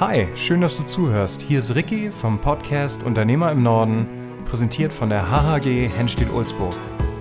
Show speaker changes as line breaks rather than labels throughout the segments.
Hi, schön, dass du zuhörst. Hier ist Ricky vom Podcast Unternehmer im Norden, präsentiert von der HHG Henstedt-Ulzburg.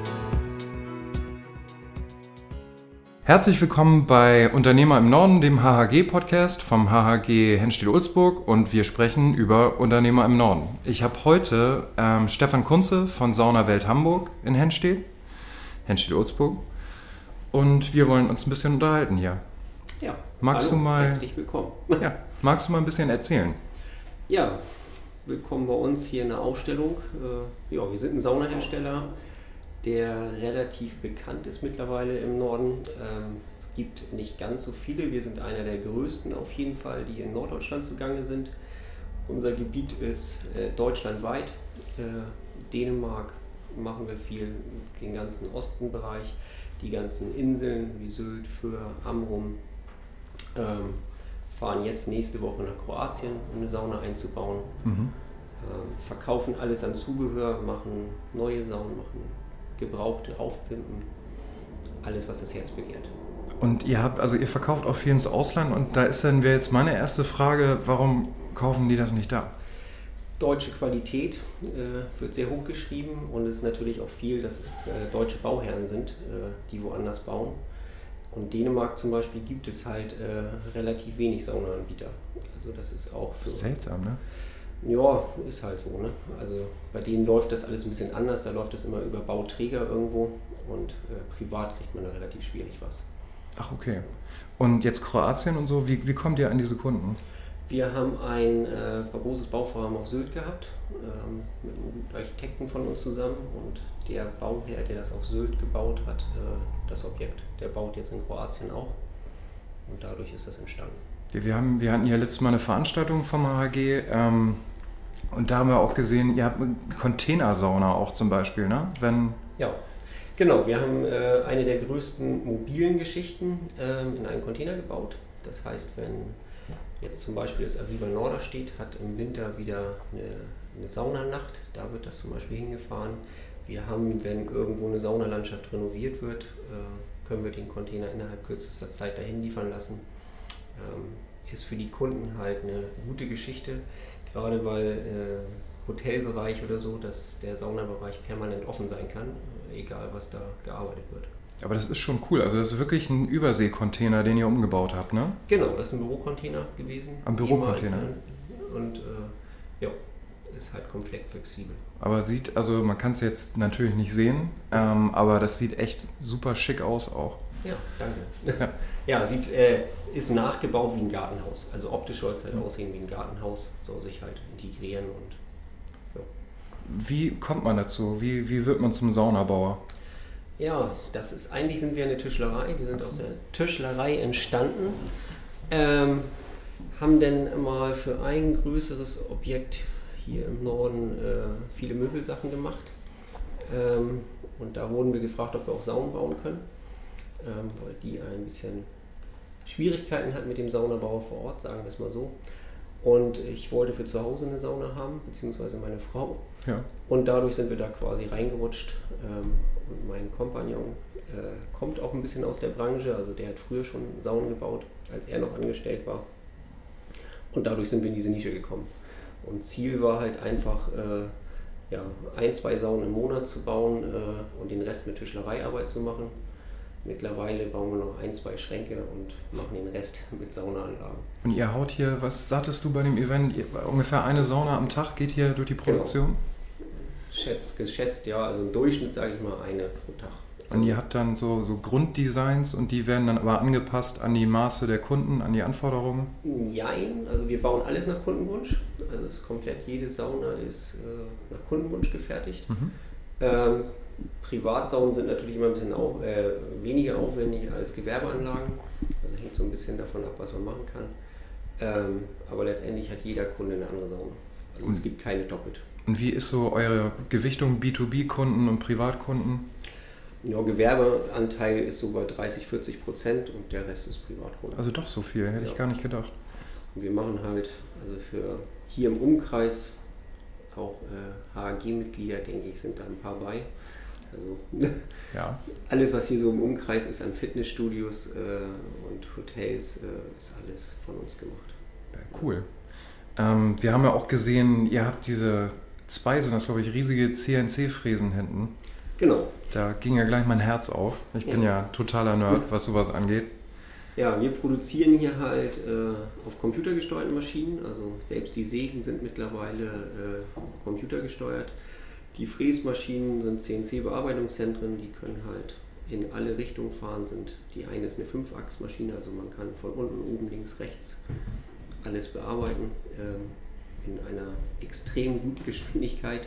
Herzlich willkommen bei Unternehmer im Norden, dem HHG-Podcast vom HHG Henstedt-Ulzburg, und wir sprechen über Unternehmer im Norden. Ich habe heute Stefan Kunze von Sauna Welt Hamburg in Henstedt-Ulzburg, und wir wollen uns ein bisschen unterhalten hier.
Ja,
herzlich willkommen. Ja, magst du mal ein bisschen erzählen?
Ja, willkommen bei uns hier in der Ausstellung. Wir sind ein Saunahersteller, der relativ bekannt ist mittlerweile im Norden. Es gibt nicht ganz so viele. Wir sind einer der größten auf jeden Fall, die in Norddeutschland zugange sind. Unser Gebiet ist deutschlandweit. Dänemark machen wir viel, den ganzen Ostenbereich, die ganzen Inseln wie Sylt, Föhr, Amrum. Fahren jetzt nächste Woche nach Kroatien, um eine Sauna einzubauen. Verkaufen alles an Zubehör, machen neue Saunen, machen gebrauchte, aufpimpen, alles, was das Herz begehrt.
Und ihr verkauft auch viel ins Ausland, und da wäre jetzt meine erste Frage, warum kaufen die das nicht da?
Deutsche Qualität wird sehr hoch geschrieben, und es ist natürlich auch viel, dass es deutsche Bauherren sind, die woanders bauen. Und Dänemark zum Beispiel gibt es halt relativ wenig Saunaanbieter. Also das ist auch für...
Seltsam, ne?
Ja, ist halt so, ne? Also bei denen läuft das alles ein bisschen anders, da läuft das immer über Bauträger irgendwo, und privat kriegt man da relativ schwierig was.
Ach, okay. Und jetzt Kroatien und so, wie kommt ihr an diese Kunden?
Wir haben ein großes Bauvorhaben auf Sylt gehabt, mit einem Architekten von uns zusammen, und der Bauherr, der das auf Sylt gebaut hat, das Objekt, der baut jetzt in Kroatien auch, und dadurch ist das entstanden.
Wir hatten ja letztes Mal eine Veranstaltung vom HHG, und da haben wir auch gesehen, ihr habt eine Containersauna auch zum Beispiel, ne?
Ja, genau, wir haben eine der größten mobilen Geschichten in einen Container gebaut. Das heißt, wenn jetzt zum Beispiel das Arriva Norderstedt hat im Winter wieder eine Saunanacht, da wird das zum Beispiel hingefahren. Wir haben, wenn irgendwo eine Saunalandschaft renoviert wird, können wir den Container innerhalb kürzester Zeit dahin liefern lassen. Ist für die Kunden halt eine gute Geschichte, gerade weil Hotelbereich oder so, dass der Saunabereich permanent offen sein kann, egal was da gearbeitet wird.
Aber das ist schon cool, also das ist wirklich ein Überseekontainer, den ihr umgebaut habt, ne?
Genau, das ist ein Bürocontainer gewesen.
Ein Bürocontainer.
Und ist halt komplett flexibel.
Aber man kann es jetzt natürlich nicht sehen, aber das sieht echt super schick aus auch.
Ja, danke. Ja, ist nachgebaut wie ein Gartenhaus. Also optisch soll es halt aussehen wie ein Gartenhaus, soll sich halt integrieren und ja.
Wie kommt man dazu? Wie wird man zum Saunabauer?
Ja, eigentlich sind wir eine Tischlerei. Wir sind aus der Tischlerei entstanden. Haben dann mal für ein größeres Objekt hier im Norden viele Möbelsachen gemacht. Und da wurden wir gefragt, ob wir auch Saunen bauen können, weil die ein bisschen Schwierigkeiten hatten mit dem Saunabauer vor Ort, sagen wir es mal so. Und ich wollte für zu Hause eine Sauna haben, beziehungsweise meine Frau.
Ja.
Und dadurch sind wir da quasi reingerutscht. Und mein Kompagnon kommt auch ein bisschen aus der Branche, also der hat früher schon Saunen gebaut, als er noch angestellt war. Und dadurch sind wir in diese Nische gekommen. Und Ziel war halt einfach, 1-2 Saunen im Monat zu bauen und den Rest mit Tischlereiarbeit zu machen. Mittlerweile bauen wir noch 1-2 Schränke und machen den Rest mit Saunaanlagen. Und
ihr haut hier, was sagtest du bei dem Event, ungefähr eine Sauna am Tag geht hier durch die Produktion?
Genau. Geschätzt, ja, also im Durchschnitt sage ich mal eine pro Tag.
Und ihr habt dann so Grunddesigns, und die werden dann aber angepasst an die Maße der Kunden, an die Anforderungen?
Nein, also wir bauen alles nach Kundenwunsch. Also es ist komplett, jede Sauna ist nach Kundenwunsch gefertigt. Privatsaunen sind natürlich immer ein bisschen weniger aufwendig als Gewerbeanlagen. Also hängt so ein bisschen davon ab, was man machen kann. Aber letztendlich hat jeder Kunde eine andere Sauna. Also es gibt keine doppelt.
Und wie ist so eure Gewichtung B2B-Kunden und Privatkunden?
Ja, Gewerbeanteil ist so bei 30-40% und der Rest ist Privatkunden.
Also doch so viel, hätte ich gar nicht gedacht.
Wir machen halt, also für hier im Umkreis auch HAG-Mitglieder, denke ich, sind da ein paar bei. Also
ja.
Alles, was hier so im Umkreis ist an Fitnessstudios und Hotels, ist alles von uns gemacht.
Cool. Wir haben ja auch gesehen, ihr habt diese zwei, sind das glaube ich, riesige CNC-Fräsen hinten.
Genau.
Da ging ja gleich mein Herz auf. Ich bin ja totaler Nerd, was sowas angeht.
Ja, wir produzieren hier halt auf computergesteuerten Maschinen. Also selbst die Sägen sind mittlerweile computergesteuert. Die Fräsmaschinen sind CNC-Bearbeitungszentren, die können halt in alle Richtungen fahren. Die eine ist eine 5-Achs-Maschine, also man kann von unten, oben, links, rechts alles bearbeiten in einer extrem guten Geschwindigkeit.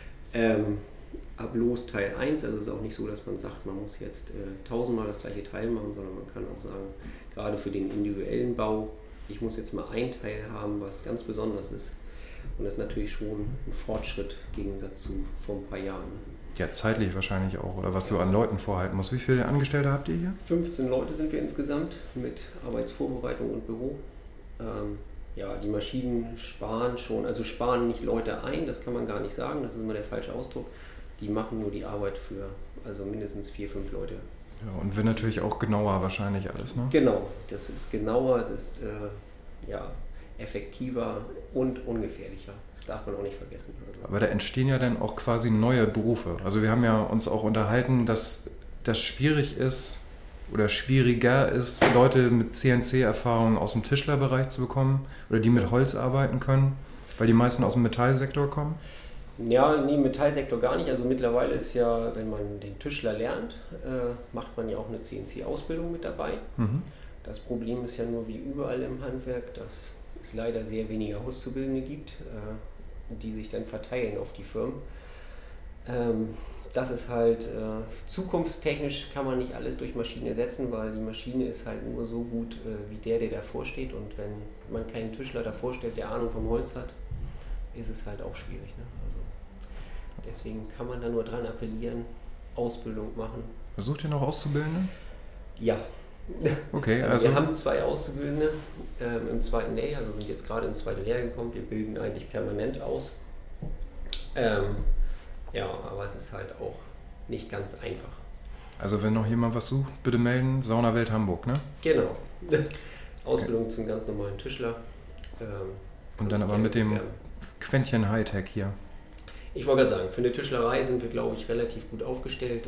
Ab los Teil 1, also es ist auch nicht so, dass man sagt, man muss jetzt 1000-mal das gleiche Teil machen, sondern man kann auch sagen, gerade für den individuellen Bau, ich muss jetzt mal ein Teil haben, was ganz besonders ist. Und das ist natürlich schon ein Fortschritt im Gegensatz zu vor ein paar Jahren.
Ja, zeitlich wahrscheinlich auch, oder was du an Leuten vorhalten musst. Wie viele Angestellte habt ihr hier?
15 Leute sind wir insgesamt mit Arbeitsvorbereitung und Büro. Ja, die Maschinen sparen nicht Leute ein, das kann man gar nicht sagen, das ist immer der falsche Ausdruck. Die machen nur die Arbeit für mindestens 4, 5 Leute.
Ja, und wird natürlich auch genauer wahrscheinlich alles, ne?
Genau, das ist genauer, es ist effektiver und ungefährlicher. Das darf man auch nicht vergessen. Also.
Aber da entstehen ja dann auch quasi neue Berufe. Also wir haben ja uns auch unterhalten, dass das schwierig ist oder schwieriger ist, Leute mit CNC-Erfahrung aus dem Tischlerbereich zu bekommen oder die mit Holz arbeiten können, weil die meisten aus dem Metallsektor kommen.
Ja, nee, Metallsektor gar nicht. Also mittlerweile ist ja, wenn man den Tischler lernt, macht man ja auch eine CNC-Ausbildung mit dabei. Mhm. Das Problem ist ja nur wie überall im Handwerk, dass es leider sehr wenige Auszubildende gibt, die sich dann verteilen auf die Firmen. Das ist halt zukunftstechnisch kann man nicht alles durch Maschinen ersetzen, weil die Maschine ist halt nur so gut wie der davor steht. Und wenn man keinen Tischler davor stellt, der Ahnung vom Holz hat, ist es halt auch schwierig. Ne? Also deswegen kann man da nur dran appellieren, Ausbildung machen.
Versucht ihr noch Auszubildende?
Ja.
Okay,
also wir haben 2 Auszubildende im zweiten Lehrjahr, also sind jetzt gerade ins zweite Lehrjahr gekommen. Wir bilden eigentlich permanent aus. Ja, aber es ist halt auch nicht ganz einfach.
Also wenn noch jemand was sucht, bitte melden, Saunawelt Hamburg, ne?
Genau. Ausbildung zum ganz normalen Tischler.
Und dann aber mit dem Quäntchen Hightech hier.
Ich wollte gerade sagen, für eine Tischlerei sind wir, glaube ich, relativ gut aufgestellt.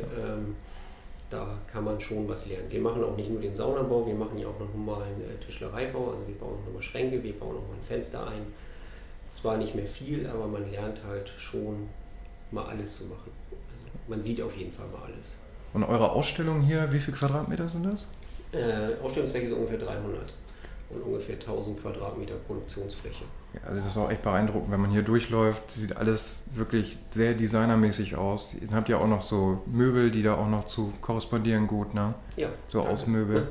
Da kann man schon was lernen. Wir machen auch nicht nur den Saunabau, wir machen ja auch noch normalen Tischlereibau. Also wir bauen nochmal Schränke, wir bauen nochmal ein Fenster ein. Zwar nicht mehr viel, aber man lernt halt schon mal alles zu machen. Also man sieht auf jeden Fall mal alles.
Und eure Ausstellung hier, wie viele Quadratmeter sind das?
Ausstellungsfläche ist ungefähr 300 und ungefähr 1000 Quadratmeter Produktionsfläche.
Ja, also das ist auch echt beeindruckend, wenn man hier durchläuft. Sieht alles wirklich sehr designermäßig aus. Dann habt ihr auch noch so Möbel, die da auch noch zu korrespondieren gut, ne?
Ja.
So Außenmöbel.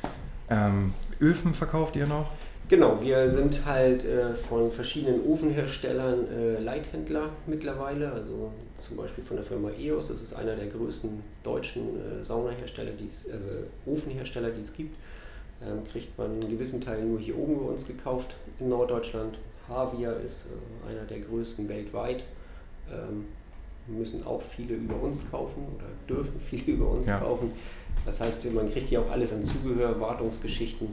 Öfen verkauft ihr noch?
Genau, wir sind halt von verschiedenen Ofenherstellern Leithändler mittlerweile, also zum Beispiel von der Firma EOS, das ist einer der größten deutschen Saunahersteller, Ofenhersteller, die es gibt. Kriegt man einen gewissen Teil nur hier oben bei uns gekauft in Norddeutschland. Havia ist einer der größten weltweit, müssen auch viele über uns kaufen oder dürfen viele über uns kaufen. Das heißt, man kriegt hier auch alles an Zubehör, Wartungsgeschichten.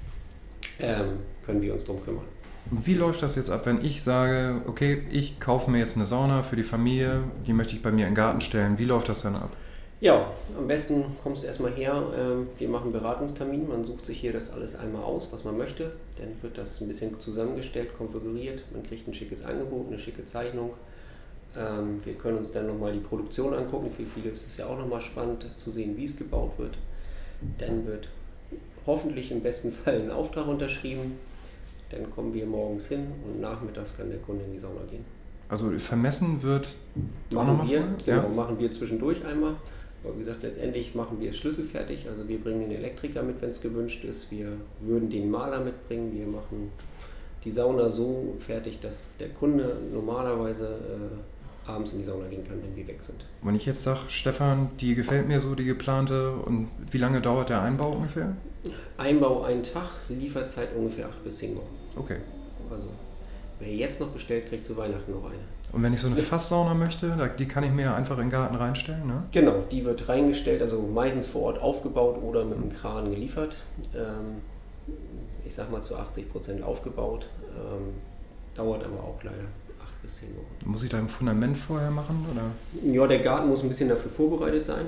Können wir uns darum kümmern.
Wie läuft das jetzt ab, wenn ich sage, okay, ich kaufe mir jetzt eine Sauna für die Familie, die möchte ich bei mir in den Garten stellen. Wie läuft das dann ab?
Ja, am besten kommst du erstmal her. Wir machen einen Beratungstermin. Man sucht sich hier das alles einmal aus, was man möchte. Dann wird das ein bisschen zusammengestellt, konfiguriert. Man kriegt ein schickes Angebot, eine schicke Zeichnung. Wir können uns dann nochmal die Produktion angucken. Für viele ist es ja auch nochmal spannend zu sehen, wie es gebaut wird. Dann wird hoffentlich im besten Fall ein Auftrag unterschrieben. Dann kommen wir morgens hin und nachmittags kann der Kunde in die Sauna gehen.
Also vermessen wird
machen wir zwischendurch einmal. Aber wie gesagt, letztendlich machen wir es schlüsselfertig. Also wir bringen den Elektriker mit, wenn es gewünscht ist. Wir würden den Maler mitbringen. Wir machen die Sauna so fertig, dass der Kunde normalerweise abends in die Sauna gehen kann, wenn wir weg sind.
Wenn ich jetzt sage, Stefan, die gefällt mir so, die geplante, und wie lange dauert der Einbau ungefähr?
Einbau 1 Tag, Lieferzeit ungefähr 8 bis 10 Wochen.
Okay.
Also wer jetzt noch bestellt, kriegt zu Weihnachten noch eine.
Und wenn ich so eine Fasssauna möchte, die kann ich mir einfach in den Garten reinstellen, ne?
Genau, die wird reingestellt, also meistens vor Ort aufgebaut oder mit einem Kran geliefert. ich sag mal zu 80% aufgebaut, dauert aber auch leider 8 bis 10 Wochen.
Muss ich da ein Fundament vorher machen? Oder?
Ja, der Garten muss ein bisschen dafür vorbereitet sein.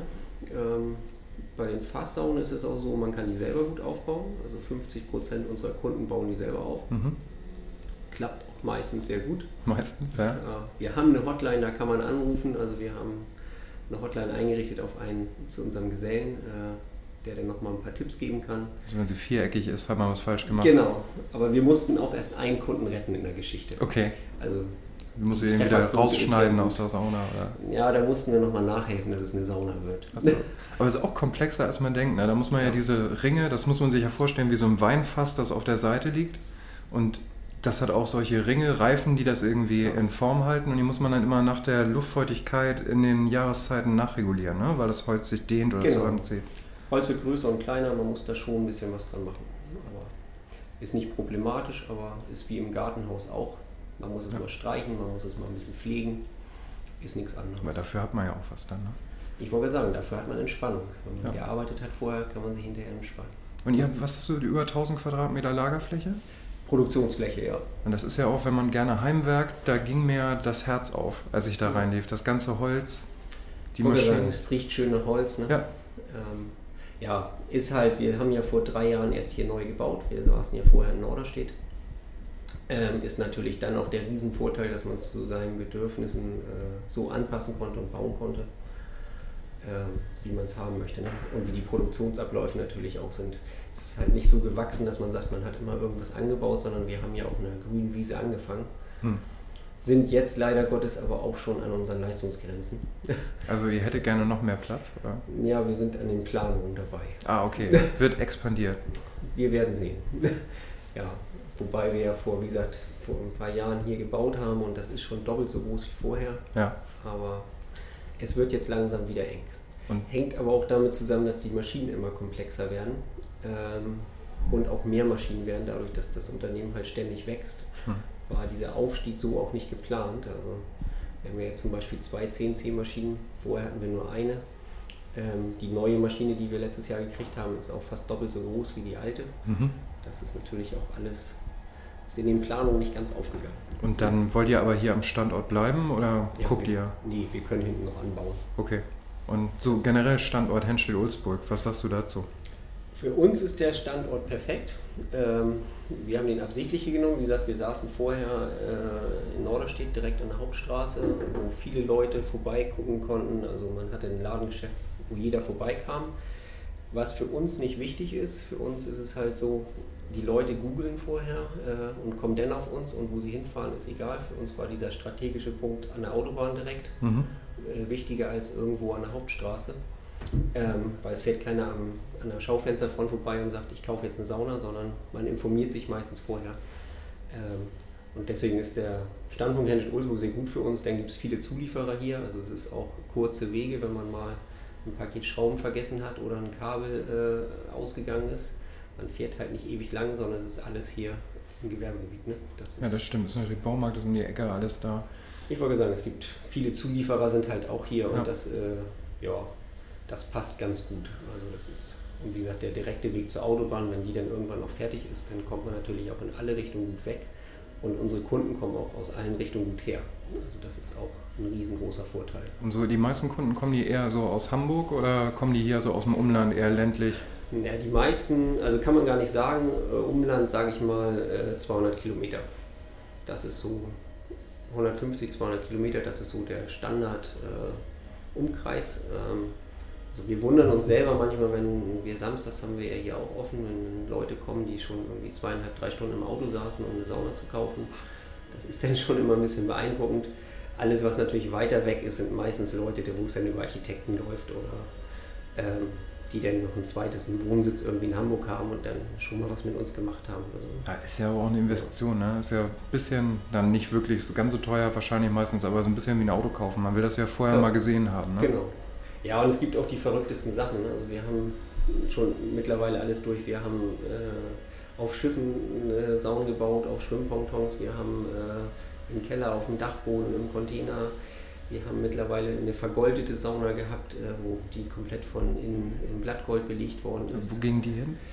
Bei den Fasssaunen ist es auch so, man kann die selber gut aufbauen. Also 50% unserer Kunden bauen die selber auf. Klappt auch meistens sehr gut.
Meistens, ja.
Wir haben eine Hotline, da kann man anrufen. Also wir haben eine Hotline eingerichtet zu unserem Gesellen, der dann nochmal ein paar Tipps geben kann.
Also wenn sie viereckig ist, hat man was falsch gemacht.
Genau, aber wir mussten auch erst einen Kunden retten in der Geschichte.
Okay.
Also
du musst ihn wieder rausschneiden aus der Sauna, oder?
Ja, da mussten wir nochmal nachhelfen, dass es eine Sauna wird.
Also, aber es ist auch komplexer, als man denkt. Ne? Da muss man ja diese Ringe, das muss man sich ja vorstellen, wie so ein Weinfass, das auf der Seite liegt. Und das hat auch solche Ringe, Reifen, die das irgendwie in Form halten. Und die muss man dann immer nach der Luftfeuchtigkeit in den Jahreszeiten nachregulieren, ne? Weil das Holz sich dehnt oder zusammenzieht.
Holz wird größer und kleiner, man muss da schon ein bisschen was dran machen. Aber ist nicht problematisch, aber ist wie im Gartenhaus auch. Man muss es mal streichen, man muss es mal ein bisschen pflegen. Ist nichts anderes.
Aber dafür hat man ja auch was dann, ne?
Ich wollte sagen, dafür hat man Entspannung. Wenn man gearbeitet hat vorher, kann man sich hinterher entspannen.
Und ihr habt, was hast du, über 1000 Quadratmeter Lagerfläche?
Produktionsfläche, ja.
Und das ist ja auch, wenn man gerne heimwerkt, da ging mir das Herz auf, als ich da reinlief. Das ganze Holz, die Maschinen.
Es riecht schön nach Holz, ne?
Ja.
Ja, ist halt, wir haben ja vor 3 Jahren erst hier neu gebaut. Wir saßen ja vorher in Norderstedt. Ist natürlich dann auch der Riesenvorteil, dass man es zu seinen Bedürfnissen so anpassen konnte und bauen konnte, wie man es haben möchte. Ne? Und wie die Produktionsabläufe natürlich auch sind. Es ist halt nicht so gewachsen, dass man sagt, man hat immer irgendwas angebaut, sondern wir haben ja auf einer grünen Wiese angefangen. Sind jetzt leider Gottes aber auch schon an unseren Leistungsgrenzen.
Also ihr hättet gerne noch mehr Platz, oder?
Ja, wir sind an den Planungen dabei.
Ah, okay. Wird expandiert.
Wir werden sehen. Ja, wobei wir ja vor ein paar Jahren hier gebaut haben und das ist schon doppelt so groß wie vorher.
Ja.
Aber es wird jetzt langsam wieder eng.
Und
hängt aber auch damit zusammen, dass die Maschinen immer komplexer werden und auch mehr Maschinen werden, dadurch, dass das Unternehmen halt ständig wächst. War dieser Aufstieg so auch nicht geplant. Also wir haben ja jetzt zum Beispiel 2 CNC-Maschinen, vorher hatten wir nur eine. Die neue Maschine, die wir letztes Jahr gekriegt haben, ist auch fast doppelt so groß wie die alte. Das ist natürlich auch alles, ist in den Planungen nicht ganz aufgegangen.
Und dann wollt ihr aber hier am Standort bleiben oder guckt ihr?
Nee, wir können hinten noch anbauen.
Okay. Und so generell Standort Henstedt-Ulzburg, was sagst du dazu?
Für uns ist der Standort perfekt. Wir haben den absichtlich hier genommen. Wie gesagt, wir saßen vorher in Norderstedt direkt an der Hauptstraße, wo viele Leute vorbeigucken konnten. Also man hatte ein Ladengeschäft, wo jeder vorbeikam. Was für uns nicht wichtig ist, für uns ist es halt so, die Leute googeln vorher und kommen dann auf uns und wo sie hinfahren, ist egal. Für uns war dieser strategische Punkt an der Autobahn direkt wichtiger als irgendwo an der Hauptstraße. Weil es fährt keiner an der Schaufensterfront vorbei und sagt, ich kaufe jetzt eine Sauna, sondern man informiert sich meistens vorher. Und deswegen ist der Standpunkt Henstedt-Ulzburg sehr gut für uns. Dann gibt es viele Zulieferer hier, also es ist auch kurze Wege, wenn man mal ein Paket Schrauben vergessen hat oder ein Kabel ausgegangen ist. Man fährt halt nicht ewig lang, sondern es ist alles hier im Gewerbegebiet. Ne?
Das stimmt, es ist natürlich Baumarkt, ist um die Ecke, alles da.
Ich wollte sagen, es gibt viele Zulieferer, sind halt auch hier und das passt ganz gut. Also das ist, und wie gesagt, der direkte Weg zur Autobahn, wenn die dann irgendwann noch fertig ist, dann kommt man natürlich auch in alle Richtungen gut weg und unsere Kunden kommen auch aus allen Richtungen gut her. Also das ist auch ein riesengroßer Vorteil. Und
so die meisten Kunden, kommen die eher so aus Hamburg oder kommen die hier so aus dem Umland, eher ländlich?
Ja, die meisten, also kann man gar nicht sagen, Umland sage ich mal 200 Kilometer. Das ist so 150, 200 Kilometer, das ist so der Standard-Umkreis. Also wir wundern uns selber manchmal, wenn wir samstags haben wir ja hier auch offen, wenn Leute kommen, die schon irgendwie 2,5, 3 Stunden im Auto saßen, um eine Sauna zu kaufen. Das ist dann schon immer ein bisschen beeindruckend. Alles, was natürlich weiter weg ist, sind meistens Leute, wo es dann über Architekten läuft oder die dann noch ein zweites Wohnsitz irgendwie in Hamburg haben und dann schon mal was mit uns gemacht haben. Oder so.
Ja, ist ja auch eine Investition, ne? Ist ja ein bisschen, dann nicht wirklich so ganz so teuer wahrscheinlich meistens, aber so ein bisschen wie ein Auto kaufen. Man will das ja vorher mal gesehen haben. Ne?
Genau. Ja, und es gibt auch die verrücktesten Sachen. Ne? Also wir haben schon mittlerweile alles durch. Wir haben auf Schiffen Saunen gebaut, auf Schwimmpontons. Wir haben im Keller, auf dem Dachboden, im Container. Wir haben mittlerweile eine vergoldete Sauna gehabt, wo die komplett von in Blattgold belegt worden ist.
Wo ging die hin?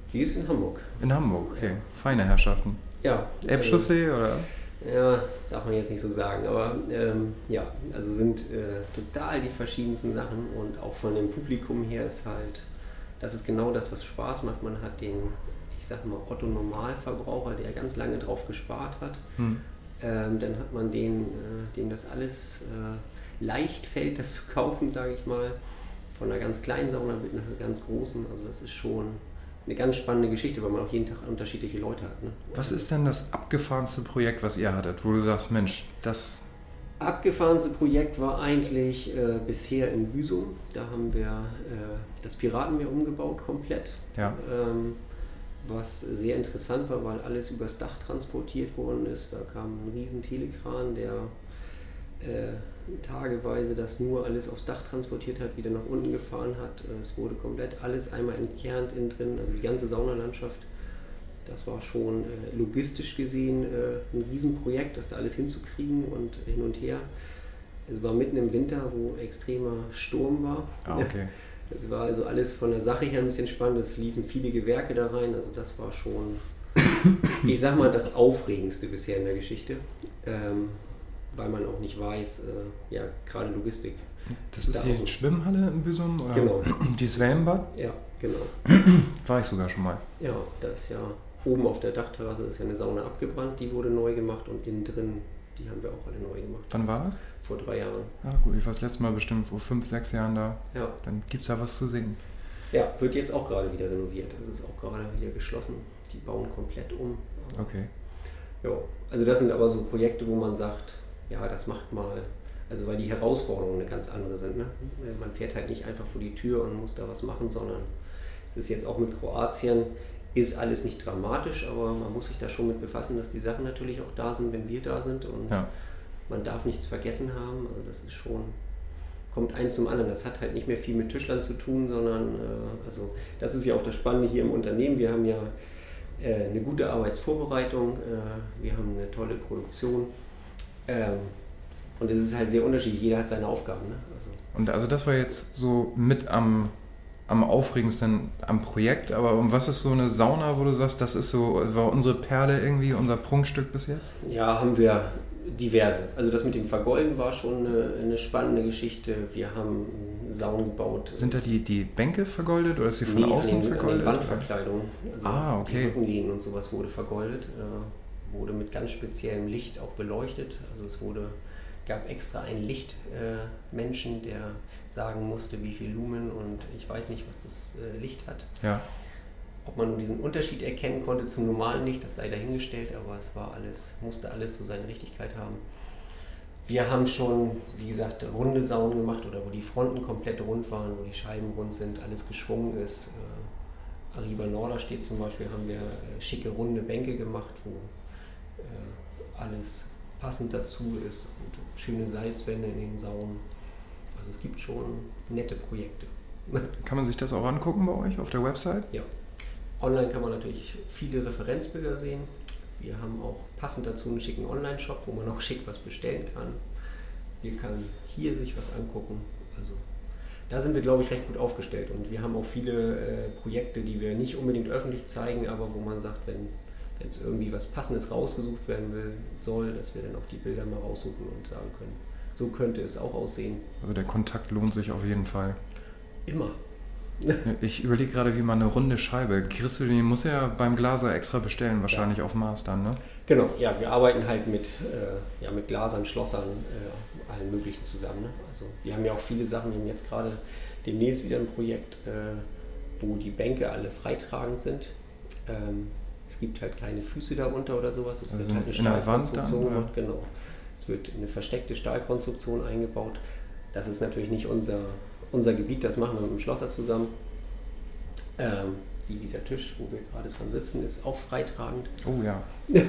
Die ist in Hamburg.
In Hamburg, okay. Feine Herrschaften.
Ja.
Elbchaussee oder?
Ja, darf man jetzt nicht so sagen, aber ja, also sind total die verschiedensten Sachen und auch von dem Publikum her ist halt, das ist genau das, was Spaß macht. Man hat den, ich sag mal, Otto-Normalverbraucher, der ganz lange drauf gespart hat. Dann hat man den, dem das alles leicht fällt, das zu kaufen, sage ich mal. Von einer ganz kleinen Sauna mit einer ganz großen, also das ist schon eine ganz spannende Geschichte, weil man auch jeden Tag unterschiedliche Leute hat. Ne?
Was ist denn das abgefahrenste Projekt, was ihr hattet, wo du sagst, Mensch, das...
Abgefahrenste Projekt war eigentlich bisher in Büsum. Da haben wir das Piratenmeer umgebaut komplett.
Ja.
Was sehr interessant war, weil alles übers Dach transportiert worden ist. Da kam ein riesen Telekran, der tageweise das nur alles aufs Dach transportiert hat, wieder nach unten gefahren hat. Es wurde komplett alles einmal entkernt innen drin, also die ganze Saunalandschaft. Das war schon logistisch gesehen ein Riesenprojekt, das da alles hinzukriegen und hin und her. Es war mitten im Winter, wo extremer Sturm war.
Ah, okay.
Es war also alles von der Sache her ein bisschen spannend. Es liefen viele Gewerke da rein, also das war schon, ich sag mal, das Aufregendste bisher in der Geschichte. Weil man auch nicht weiß, ja, gerade Logistik.
Das ist die Schwimmhalle in Büsum? Oder?
Genau.
Die Svellenbad?
Ja, genau.
War ich sogar schon mal.
Ja, da ist ja oben auf der Dachterrasse ist ja eine Sauna abgebrannt, die wurde neu gemacht und innen drin, die haben wir auch alle neu gemacht.
Wann war das?
Vor 3 Jahren.
Ach gut, ich war das letzte Mal bestimmt vor 5, 6 Jahren da.
Ja.
Dann gibt es da was zu sehen.
Ja, wird jetzt auch gerade wieder renoviert. Also ist auch gerade wieder geschlossen. Die bauen komplett um.
Okay.
Ja, also das sind aber so Projekte, wo man sagt, ja, das macht mal, also weil die Herausforderungen eine ganz andere sind. Ne? Man fährt halt nicht einfach vor die Tür und muss da was machen, sondern es ist jetzt auch mit Kroatien, ist alles nicht dramatisch, aber man muss sich da schon mit befassen, dass die Sachen natürlich auch da sind, wenn wir da sind und
ja.
Man darf nichts vergessen haben. Also das ist schon, kommt eins zum anderen. Das hat halt nicht mehr viel mit Tischlern zu tun, sondern also das ist ja auch das Spannende hier im Unternehmen. Wir haben ja eine gute Arbeitsvorbereitung, wir haben eine tolle Produktion. Und es ist halt sehr unterschiedlich, jeder hat seine Aufgaben. Ne?
Und also das war jetzt so mit am aufregendsten am Projekt, aber was ist so eine Sauna, wo du sagst, das ist so, war unsere Perle irgendwie, unser Prunkstück bis jetzt?
Ja, haben wir diverse. Also das mit dem Vergolden war schon eine spannende Geschichte. Wir haben Saunen gebaut.
Sind da die Bänke vergoldet oder ist sie von außen vergoldet?
An den Wandverkleidungen. Also
okay.
Die Rückenlehnen und sowas wurde vergoldet. Wurde mit ganz speziellem Licht auch beleuchtet. Also es gab extra einen Lichtmenschen, der sagen musste, wie viel Lumen und ich weiß nicht, was das Licht hat.
Ja.
Ob man nur diesen Unterschied erkennen konnte zum normalen Licht, das sei dahingestellt, aber es war musste alles so seine Richtigkeit haben. Wir haben schon, wie gesagt, runde Saunen gemacht oder wo die Fronten komplett rund waren, wo die Scheiben rund sind, alles geschwungen ist. Arriva Norderstedt zum Beispiel haben wir schicke runde Bänke gemacht, wo alles passend dazu ist und schöne Salzwände in den Saunen. Also es gibt schon nette Projekte.
Kann man sich das auch angucken bei euch auf der Website?
Ja. Online kann man natürlich viele Referenzbilder sehen. Wir haben auch passend dazu einen schicken Online-Shop, wo man auch schick was bestellen kann. Wir können hier sich was angucken. Also da sind wir, glaube ich, recht gut aufgestellt. Und wir haben auch viele Projekte, die wir nicht unbedingt öffentlich zeigen, aber wo man sagt, wenn jetzt irgendwie was Passendes rausgesucht werden soll, dass wir dann auch die Bilder mal raussuchen und sagen können, so könnte es auch aussehen.
Also der Kontakt lohnt sich auf jeden Fall.
Immer.
Ich überlege gerade, wie man eine runde Scheibe, kriegst du die, muss ja beim Glaser extra bestellen, wahrscheinlich auf Maß dann, ne?
Genau, ja, wir arbeiten halt mit Glasern, Schlossern, allen möglichen zusammen. Ne? Also wir haben ja auch viele Sachen, wir haben jetzt gerade demnächst wieder ein Projekt, wo die Bänke alle freitragend sind. Es gibt halt keine Füße darunter oder sowas, es wird halt eine Stahlkonstruktion gemacht, genau. Es wird eine versteckte Stahlkonstruktion eingebaut. Das ist natürlich nicht unser Gebiet, das machen wir mit dem Schlosser zusammen. Wie dieser Tisch, wo wir gerade dran sitzen, ist auch freitragend.
Oh ja.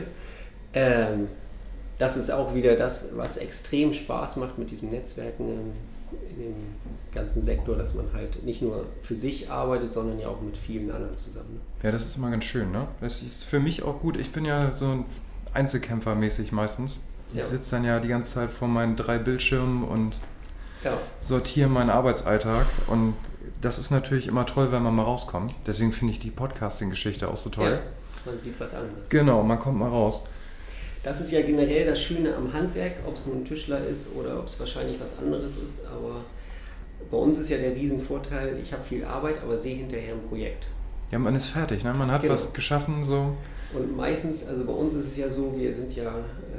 Das ist auch wieder das, was extrem Spaß macht mit diesem Netzwerken in dem ganzen Sektor, dass man halt nicht nur für sich arbeitet, sondern ja auch mit vielen anderen zusammen.
Ja, das ist immer ganz schön, ne? Das ist für mich auch gut. Ich bin ja so ein Einzelkämpfer mäßig meistens. Ich sitze dann ja die ganze Zeit vor meinen 3 Bildschirmen und sortiere meinen Arbeitsalltag und das ist natürlich immer toll, wenn man mal rauskommt. Deswegen finde ich die Podcasting-Geschichte auch so toll.
Ja, man sieht was anderes.
Genau, man kommt mal raus.
Das ist ja generell das Schöne am Handwerk, ob es nun ein Tischler ist oder ob es wahrscheinlich was anderes ist. Aber bei uns ist ja der Riesenvorteil, ich habe viel Arbeit, aber sehe hinterher ein Projekt.
Ja, man ist fertig, ne? Man hat was geschaffen, so.
Und meistens, also bei uns ist es ja so, wir sind ja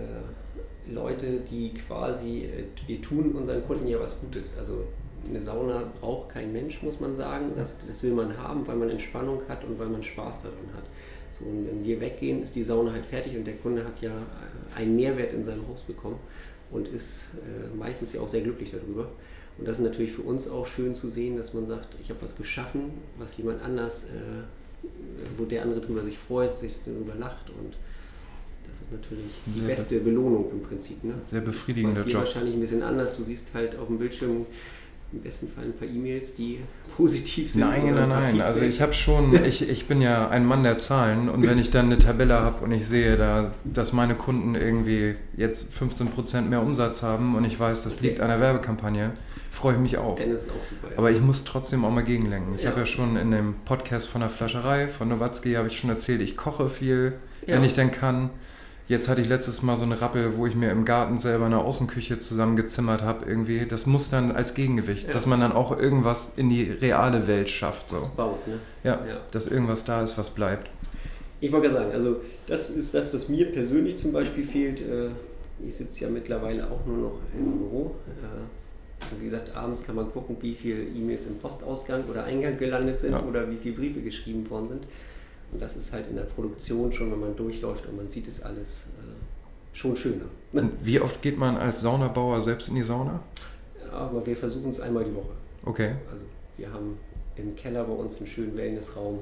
Leute, die quasi, wir tun unseren Kunden ja was Gutes. Also eine Sauna braucht kein Mensch, muss man sagen. Das will man haben, weil man Entspannung hat und weil man Spaß daran hat. So, und wenn wir weggehen, ist die Sauna halt fertig und der Kunde hat ja einen Mehrwert in seinem Haus bekommen und ist meistens ja auch sehr glücklich darüber. Und das ist natürlich für uns auch schön zu sehen, dass man sagt, ich habe was geschaffen, was jemand anders, wo der andere drüber sich freut, sich darüber lacht, und das ist natürlich die beste Belohnung im Prinzip. Ne?
Sehr befriedigender
Job. Wahrscheinlich ein bisschen anders. Du siehst halt auf dem Bildschirm im besten Fall ein paar E-Mails, die positiv sind.
Nein. Also ich bin ja ein Mann der Zahlen, und wenn ich dann eine Tabelle habe und ich sehe da, dass meine Kunden irgendwie jetzt 15% mehr Umsatz haben und ich weiß, das liegt an der Werbekampagne, freue ich mich auch.
Dann ist es auch super. Ja.
Aber ich muss trotzdem auch mal gegenlenken. Ich habe ja schon in dem Podcast von der Fleischerei, von Nowatzki, habe ich schon erzählt, ich koche viel, wenn ich denn kann. Jetzt hatte ich letztes Mal so eine Rappel, wo ich mir im Garten selber eine Außenküche zusammengezimmert habe irgendwie. Das muss dann als Gegengewicht, dass man dann auch irgendwas in die reale Welt schafft. So.
Das baut, ne?
Ja, dass irgendwas da ist, was bleibt.
Ich wollte gerade sagen, also das ist das, was mir persönlich zum Beispiel fehlt. Ich sitze ja mittlerweile auch nur noch im Büro. Und wie gesagt, abends kann man gucken, wie viele E-Mails im Postausgang oder Eingang gelandet sind oder wie viele Briefe geschrieben worden sind. Und das ist halt in der Produktion schon, wenn man durchläuft und man sieht es alles, schon schöner.
Und wie oft geht man als Saunabauer selbst in die Sauna?
Ja, aber wir versuchen es einmal die Woche.
Okay.
Also wir haben im Keller bei uns einen schönen Wellnessraum.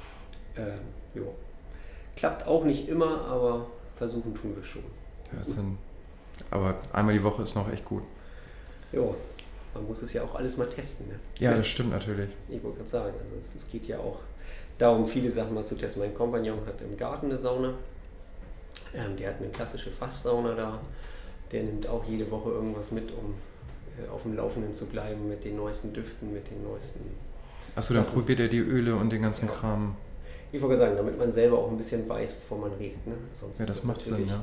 Klappt auch nicht immer, aber versuchen tun wir schon.
Ja, aber einmal die Woche ist noch echt gut.
Ja, man muss es ja auch alles mal testen. Ne?
Ja, das stimmt natürlich.
Ich wollte gerade sagen, also es geht ja auch darum, viele Sachen mal zu testen. Mein Kompagnon hat im Garten eine Sauna. Der hat eine klassische Fachsauna da. Der nimmt auch jede Woche irgendwas mit, um auf dem Laufenden zu bleiben mit den neuesten Düften, mit den neuesten...
Achso, dann probiert er die Öle und den ganzen Kram.
Ich wollte sagen, damit man selber auch ein bisschen weiß, bevor man redet. Ne? Sonst
ja, das
ist
macht Sinn, ja.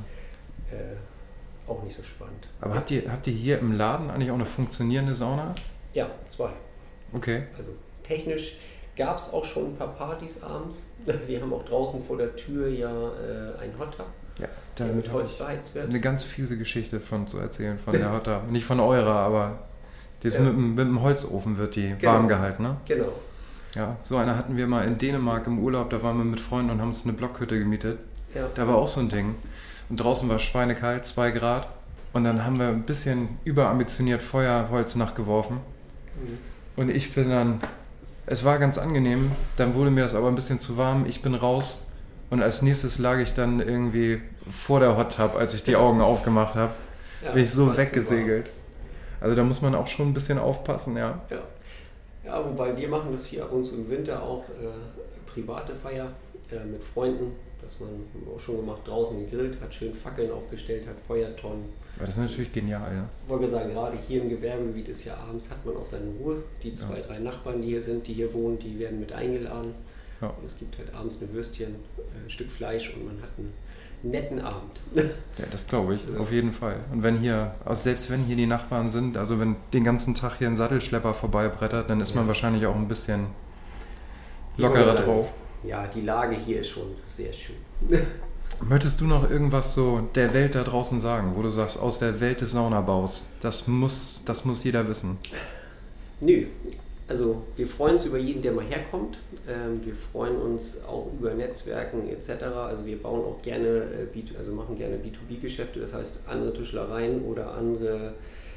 Auch nicht so spannend.
Aber habt ihr hier im Laden eigentlich auch eine funktionierende Sauna?
Ja, 2.
Okay.
Also technisch gab es auch schon ein paar Partys abends. Wir haben auch draußen vor der Tür einen Hot Tub, der mit Holz beheizt wird.
Eine ganz fiese Geschichte zu erzählen von der Hot Tub. Nicht von eurer, aber mit dem Holzofen wird die warm gehalten, ne?
Genau.
Ja, so eine hatten wir mal in Dänemark im Urlaub, da waren wir mit Freunden und haben uns eine Blockhütte gemietet. Ja. Da war auch so ein Ding. Und draußen war es schweinekalt, 2 Grad. Und dann haben wir ein bisschen überambitioniert Feuerholz nachgeworfen. Und ich bin dann, es war ganz angenehm, dann wurde mir das aber ein bisschen zu warm, ich bin raus. Und als nächstes lag ich dann irgendwie vor der Hot Tub, als ich die Augen aufgemacht habe. Bin ich so weggesegelt. Also da muss man auch schon ein bisschen aufpassen, ja.
Ja, wobei wir machen das hier uns im Winter auch private Feier mit Freunden, dass man auch schon gemacht, draußen gegrillt hat, schön Fackeln aufgestellt hat, Feuertonnen.
Ja, das ist natürlich genial, ja.
Ich wollte sagen, gerade hier im Gewerbegebiet ist ja abends, hat man auch seine Ruhe. Die 2, 3 Nachbarn, die hier sind, die hier wohnen, die werden mit eingeladen. Ja. Und es gibt halt abends ein Würstchen, ein Stück Fleisch und man hat einen netten Abend.
Ja, das glaube ich, auf jeden Fall. Und selbst wenn hier die Nachbarn sind, also wenn den ganzen Tag hier ein Sattelschlepper vorbeibrettert, dann ist man wahrscheinlich auch ein bisschen lockerer drauf.
Ja, die Lage hier ist schon sehr schön.
Möchtest du noch irgendwas so der Welt da draußen sagen, wo du sagst, aus der Welt des Saunabaus, das muss jeder wissen?
Nö, also wir freuen uns über jeden, der mal herkommt. Wir freuen uns auch über Netzwerken etc. Also wir bauen auch gerne, machen gerne B2B-Geschäfte, das heißt andere Tischlereien oder andere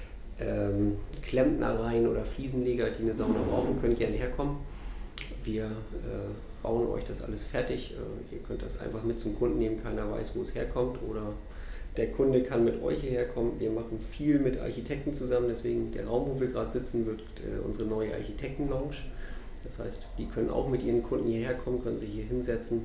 Klempnereien oder Fliesenleger, die eine Sauna brauchen, können gerne herkommen. Wir bauen euch das alles fertig. Ihr könnt das einfach mit zum Kunden nehmen, keiner weiß, wo es herkommt, oder der Kunde kann mit euch hierher kommen. Wir machen viel mit Architekten zusammen, deswegen der Raum, wo wir gerade sitzen, wird unsere neue Architekten-Lounge. Das heißt, die können auch mit ihren Kunden hierher kommen, können sich hier hinsetzen.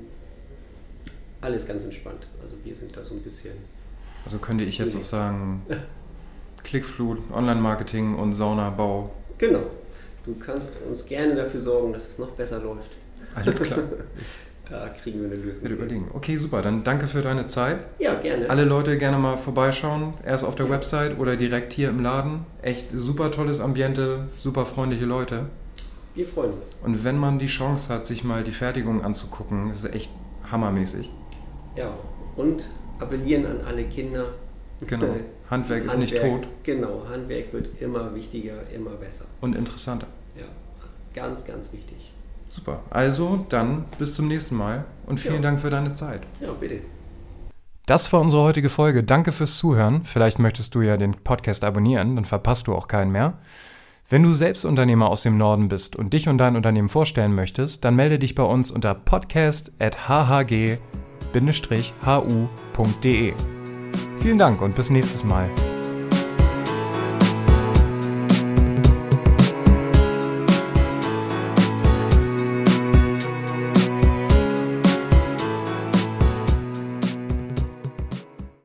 Alles ganz entspannt. Also wir sind da so ein bisschen...
Also könnte ich jetzt auch sagen, Klickflut, Online-Marketing und Saunabau.
Genau. Du kannst uns gerne dafür sorgen, dass es noch besser läuft.
Alles klar.
Da kriegen wir eine Lösung.
Ich werde überlegen. Okay, super. Dann danke für deine Zeit.
Ja, gerne.
Alle Leute gerne mal vorbeischauen. Erst auf der Website oder direkt hier im Laden. Echt super tolles Ambiente, super freundliche Leute.
Wir freuen uns.
Und wenn man die Chance hat, sich mal die Fertigung anzugucken, ist es echt hammermäßig.
Ja, und appellieren an alle Kinder.
Genau. Handwerk ist nicht tot.
Genau, Handwerk wird immer wichtiger, immer besser.
Und interessanter.
Ja, ganz, ganz wichtig.
Super. Also dann bis zum nächsten Mal und vielen Dank für deine Zeit.
Ja, bitte.
Das war unsere heutige Folge. Danke fürs Zuhören. Vielleicht möchtest du ja den Podcast abonnieren, dann verpasst du auch keinen mehr. Wenn du selbst Unternehmer aus dem Norden bist und dich und dein Unternehmen vorstellen möchtest, dann melde dich bei uns unter podcast@hhg-hu.de. Vielen Dank und bis nächstes Mal.